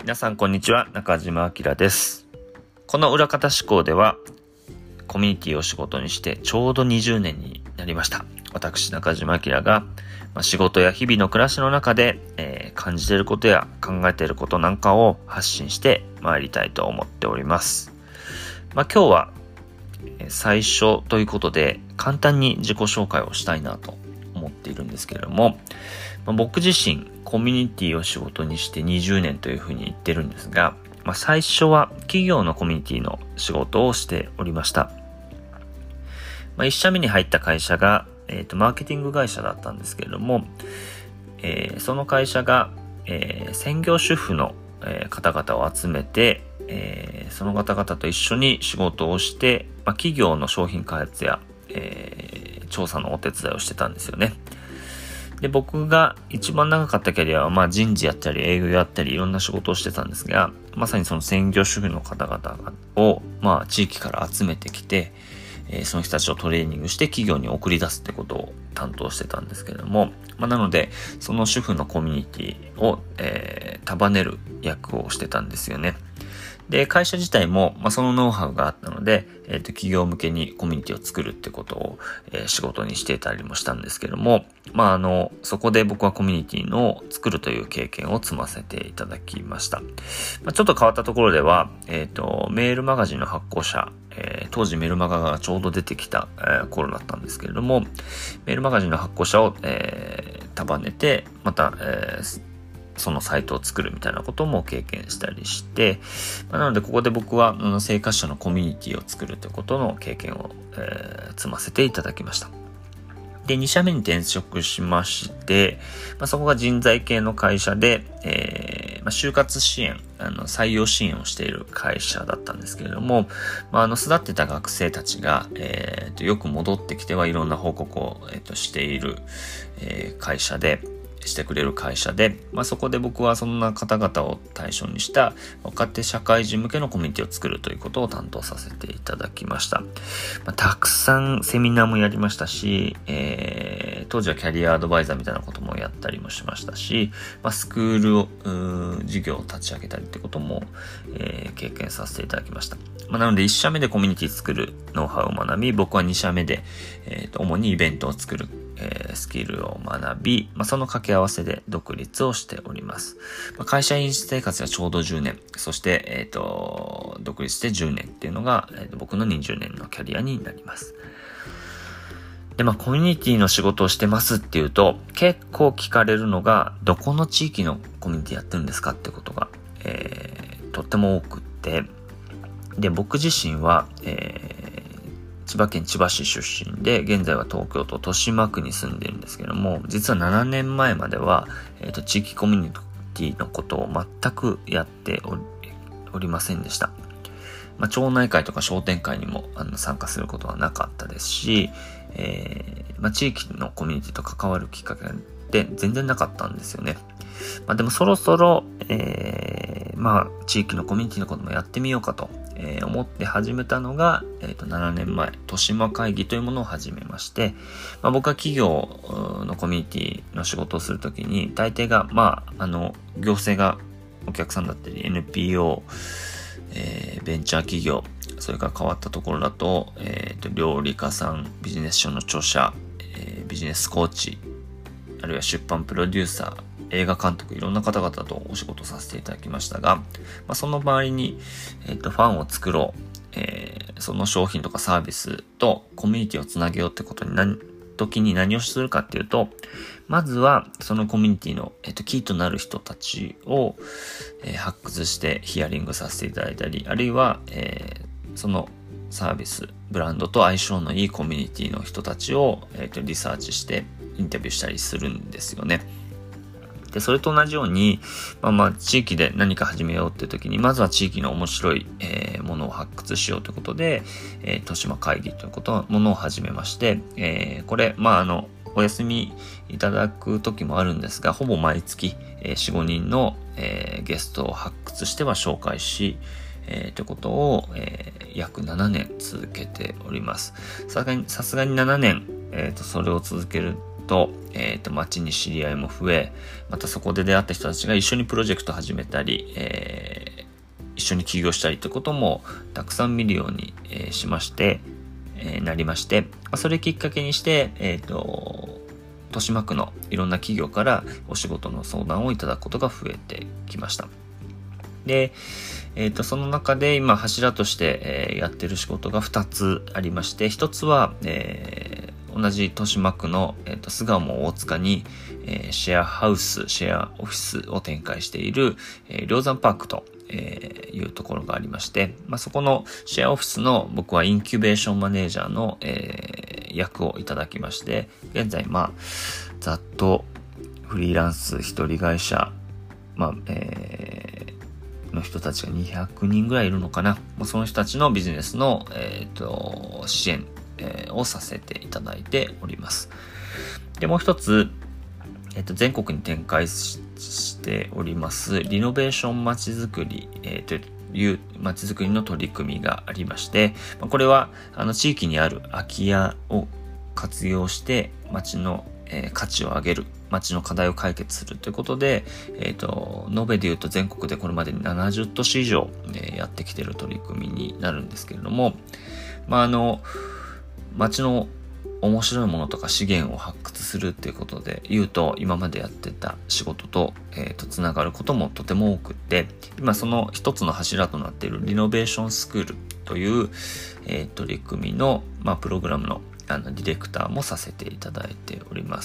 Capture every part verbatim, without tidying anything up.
皆さんこんにちは、中島明です。この裏方思考ではコミュニティを仕事にしてちょうどにじゅうねんになりました。私中島明が、まあ、仕事や日々の暮らしの中で、えー、感じていることや考えていることなんかを発信してまいりたいと思っております。まあ、今日は最初ということで簡単に自己紹介をしたいなと思っているんですけれども、まあ、僕自身コミュニティを仕事にしてにじゅうねんというふうに言ってるんですが、まあ、最初は企業のコミュニティの仕事をしておりました。まあ、一社目に入った会社が、えーと、マーケティング会社だったんですけれども、えー、その会社が、えー、専業主婦の、えー、方々を集めて、えー、その方々と一緒に仕事をして、まあ、企業の商品開発や、えー、調査のお手伝いをしてたんですよね。で、僕が一番長かったキャリアは、まあ人事やったり営業やったりいろんな仕事をしてたんですが、まさにその専業主婦の方々を、まあ地域から集めてきて、えー、その人たちをトレーニングして企業に送り出すってことを担当してたんですけれども、まあなので、その主婦のコミュニティを、えー、束ねる役をしてたんですよね。で、会社自体も、まあ、そのノウハウがあったので、えっと、企業向けにコミュニティを作るってことを、えー、仕事にしていたりもしたんですけども、まあ、あの、そこで僕はコミュニティの作るという経験を積ませていただきました。まあ、ちょっと変わったところでは、えっと、メールマガジンの発行者、えー、当時メールマガがちょうど出てきた、えー、頃だったんですけれども、メールマガジンの発行者を、えー、束ねて、また、えーそのサイトを作るみたいなことも経験したりして、まあ、なのでここで僕は生活者のコミュニティを作るということの経験を、えー、積ませていただきました。で、に社目に転職しまして、まあ、そこが人材系の会社で、えーまあ、就活支援、あの採用支援をしている会社だったんですけれども、まあ、あの巣立ってた学生たちが、えー、とよく戻ってきてはいろんな報告を、えー、としている、えー、会社で、してくれる会社で、まあ、そこで僕はそんな方々を対象にした若手社会人向けのコミュニティを作るということを担当させていただきました。まあ、たくさんセミナーもやりましたし、えー、当時はキャリアアドバイザーみたいなこともやったりもしましたし、まあ、スクールを授業を立ち上げたりってことも、えー、経験させていただきました。まあ、なのでいち社目でコミュニティ作るノウハウを学び、僕はに社目で、えー、と主にイベントを作るえー、スキルを学び、まあ、その掛け合わせで独立をしております。まあ、会社員生活はちょうどじゅうねん、そして、えっと、独立してじゅうねんっていうのが、えー、と僕のにじゅうねんのキャリアになります。で、まあ、コミュニティの仕事をしてますっていうと、結構聞かれるのが、どこの地域のコミュニティやってるんですかってことが、えー、とっても多くって、で、僕自身は、えー千葉県千葉市出身で、現在は東京都豊島区に住んでるんですけども、実はななねんまえまでは、えーと、地域コミュニティのことを全くやっており、おりませんでした。まあ、町内会とか商店会にもあの参加することはなかったですし、えーまあ、地域のコミュニティと関わるきっかけって全然なかったんですよね。まあ、でもそろそろ、えー、まあ地域のコミュニティのこともやってみようかと、えー、思って始めたのが、えーと、ななねんまえ、豊島会議というものを始めまして、まあ、僕は企業のコミュニティの仕事をするときに、大抵が、まあ、あの、行政がお客さんだったり、エヌピーオー、えー、ベンチャー企業、それから変わったところだと、えーと、料理家さん、ビジネス書の著者、えー、ビジネスコーチ、あるいは出版プロデューサー、映画監督、いろんな方々とお仕事させていただきましたが、まあ、その周りに、えーと、ファンを作ろう、えー、その商品とかサービスとコミュニティをつなげようってことに何時に何をするかっていうと、まずはそのコミュニティの、えーと、キーとなる人たちを、えー、発掘してヒアリングさせていただいたり、あるいは、えー、そのサービス、ブランドと相性のいいコミュニティの人たちを、えーと、リサーチしてインタビューしたりするんですよね。で、それと同じように、まあまあ、地域で何か始めようっていう時に、まずは地域の面白い、えー、ものを発掘しようということで、えー、豊島会議ということ、ものを始めまして、えー、これ、まあ、あの、お休みいただく時もあるんですが、ほぼ毎月、えー、よん、ごにんの、えー、ゲストを発掘しては紹介し、えー、ということを、えー、約ななねん続けております。さすがに、さすがにななねん、えーと、それを続けると、えっと、街に知り合いも増え、またそこで出会った人たちが一緒にプロジェクト始めたり、えー、一緒に起業したりということもたくさん見るように、えー、しまして、えー、なりまして、それきっかけにして、えっと、豊島区のいろんな企業からお仕事の相談をいただくことが増えてきました。で、えっと、その中で今柱として、えー、やってる仕事がふたつありまして、ひとつは、えー同じ豊島区の、えー、と巣鴨大塚に、えー、シェアハウス、シェアオフィスを展開している、えー、梁山パークと、えー、いうところがありまして、まあ、そこのシェアオフィスの僕はインキュベーションマネージャーの、えー、役をいただきまして、現在まあざっとフリーランス一人会社、まあえー、の人たちがにひゃくにんぐらいいるのかな。その人たちのビジネスの、えー、と支援をさせていただいております。で、もう一つ、えっと、全国に展開 し, しておりますリノベーションまちづくり、えー、というまちづくりの取り組みがありまして、これはあの地域にある空き家を活用して街の、えー、価値を上げる、街の課題を解決するということで、えっと、延べで言うと全国でこれまでにななじゅっ都市以上、えー、やってきている取り組みになるんですけれども、まああの街の面白いものとか資源を発掘するっていうことで言うと、今までやってた仕事と、えー、とつながることもとても多くって、今その一つの柱となっているリノベーションスクールという、えー、取り組みの、まあ、プログラムのあのディレクターもさせていただいております。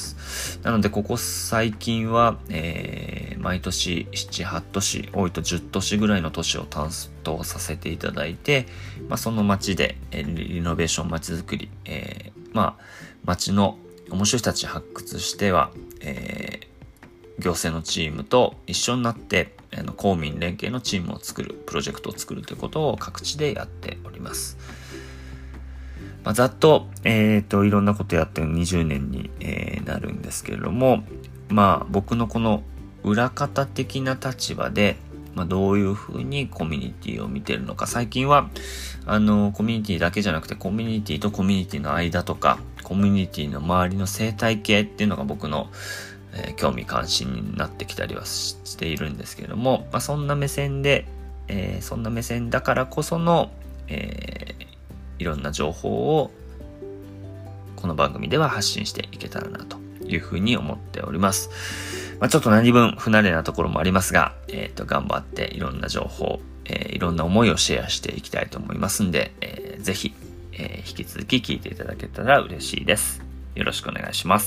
なのでここ最近は、えー、毎年なな、はち都市、多いとじゅっ都市ぐらいの都市を担当させていただいて、まあ、その街で、えー、リノベーション街づくり、えー、まあ街の面白い人たち発掘しては、えー、行政のチームと一緒になってあの公民連携のチームを作る、プロジェクトを作るということを各地でやっております。まあ、ざっと、えっと、いろんなことやってにじゅうねんに、えー、なるんですけれども、まあ、僕のこの裏方的な立場で、まあ、どういうふうにコミュニティを見てるのか、最近は、あの、コミュニティだけじゃなくて、コミュニティとコミュニティの間とか、コミュニティの周りの生態系っていうのが僕の、えー、興味関心になってきたりはしているんですけれども、まあ、そんな目線で、えー、そんな目線だからこその、えーいろんな情報をこの番組では発信していけたらなというふうに思っております。まあ、ちょっと何分不慣れなところもありますが、えっと、頑張っていろんな情報、えー、いろんな思いをシェアしていきたいと思いますんで、えー、ぜひ、えー、引き続き聞いていただけたら嬉しいです。よろしくお願いします。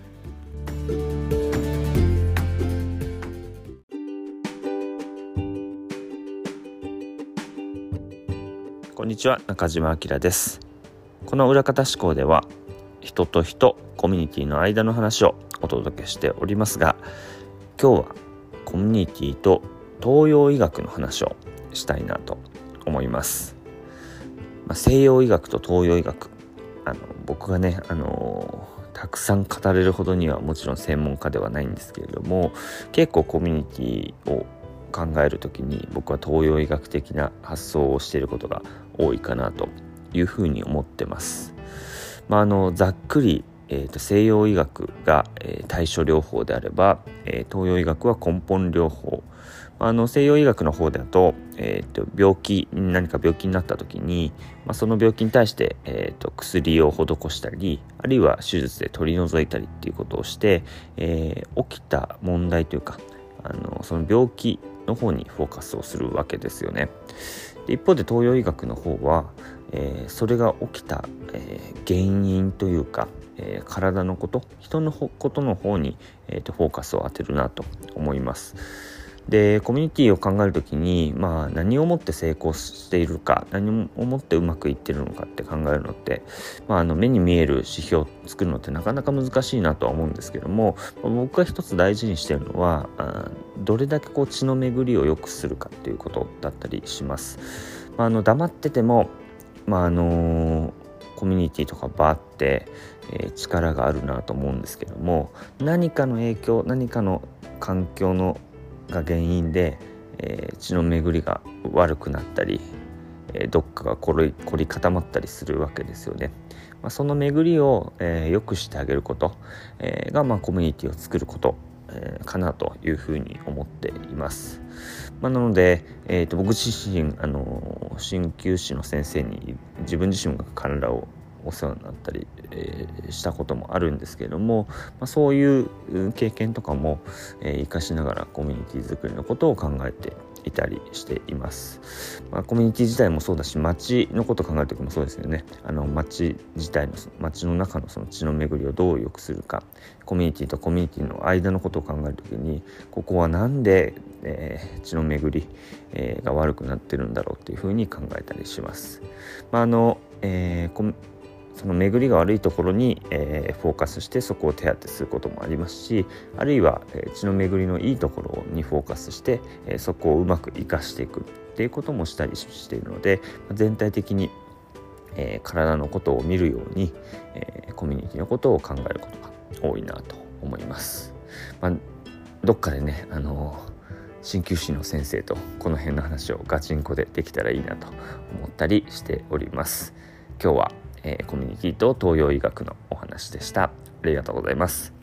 こんにちは、中島明です。この裏方思考では人と人、コミュニティの間の話をお届けしておりますが、今日はコミュニティと東洋医学の話をしたいなと思います。まあ、西洋医学と東洋医学、あの僕がね、あのー、たくさん語れるほどにはもちろん専門家ではないんですけれども、結構コミュニティを考えるときに僕は東洋医学的な発想をしていることが多いかなというふうに思ってます。まあ、あのざっくり、えー、と西洋医学が、えー、対処療法であれば、えー、東洋医学は根本療法。あの西洋医学の方だと、えー、と病気何か病気になった時に、まあ、その病気に対して、えー、と薬を施したり、あるいは手術で取り除いたりっていうことをして、えー、起きた問題というか、あのその病気の方にフォーカスをするわけですよね。で一方で東洋医学の方は、えー、それが起きた、えー、原因というか、えー、体のこと、人のことの方に、えーと、フォーカスを当てるなと思います。でコミュニティを考えるときに、まあ、何をもって成功しているか、何をもってうまくいっているのかって考えるのって、まあ、あの目に見える指標を作るのってなかなか難しいなとは思うんですけども、僕が一つ大事にしているのは、あどれだけこう血の巡りを良くするかっていうことだったりします。まあ、あの黙ってても、まああのコミュニティとか場って、えー、力があるなと思うんですけども、何かの影響、何かの環境のが原因で、えー、血の巡りが悪くなったり、えー、どっかが凝り、凝り固まったりするわけですよね。 まあ、その巡りを、えー、良くしてあげること、えー、が、まあ、コミュニティを作ること、えー、かなというふうに思っています。まあ、なので、えー、と僕自身あの鍼灸師の先生に自分自身が体をお世話になったり、えー、したこともあるんですけれども、まあ、そういう経験とかも、えー、活かしながらコミュニティ作りのことを考えていたりしています。まあ、コミュニティ自体もそうだし、街のことを考えるときもそうですよね。あの街自体の街の中のその血の巡りをどう良くするか、コミュニティとコミュニティの間のことを考えるときに、ここはなんで、えー、血の巡り、えー、が悪くなってるんだろうっていうふうに考えたりします。まああのえー、コその巡りが悪いところに、えー、フォーカスしてそこを手当てすることもありますし、あるいは、えー、血の巡りのいいところにフォーカスして、えー、そこをうまく活かしていくっていうこともしたりしているので、全体的に、えー、体のことを見るように、えー、コミュニティのことを考えることが多いなと思います。まあ、どっかでね、あのー、鍼灸師の先生とこの辺の話をガチンコでできたらいいなと思ったりしております。今日はえー、コミュニティと東洋医学のお話でした。ありがとうございます。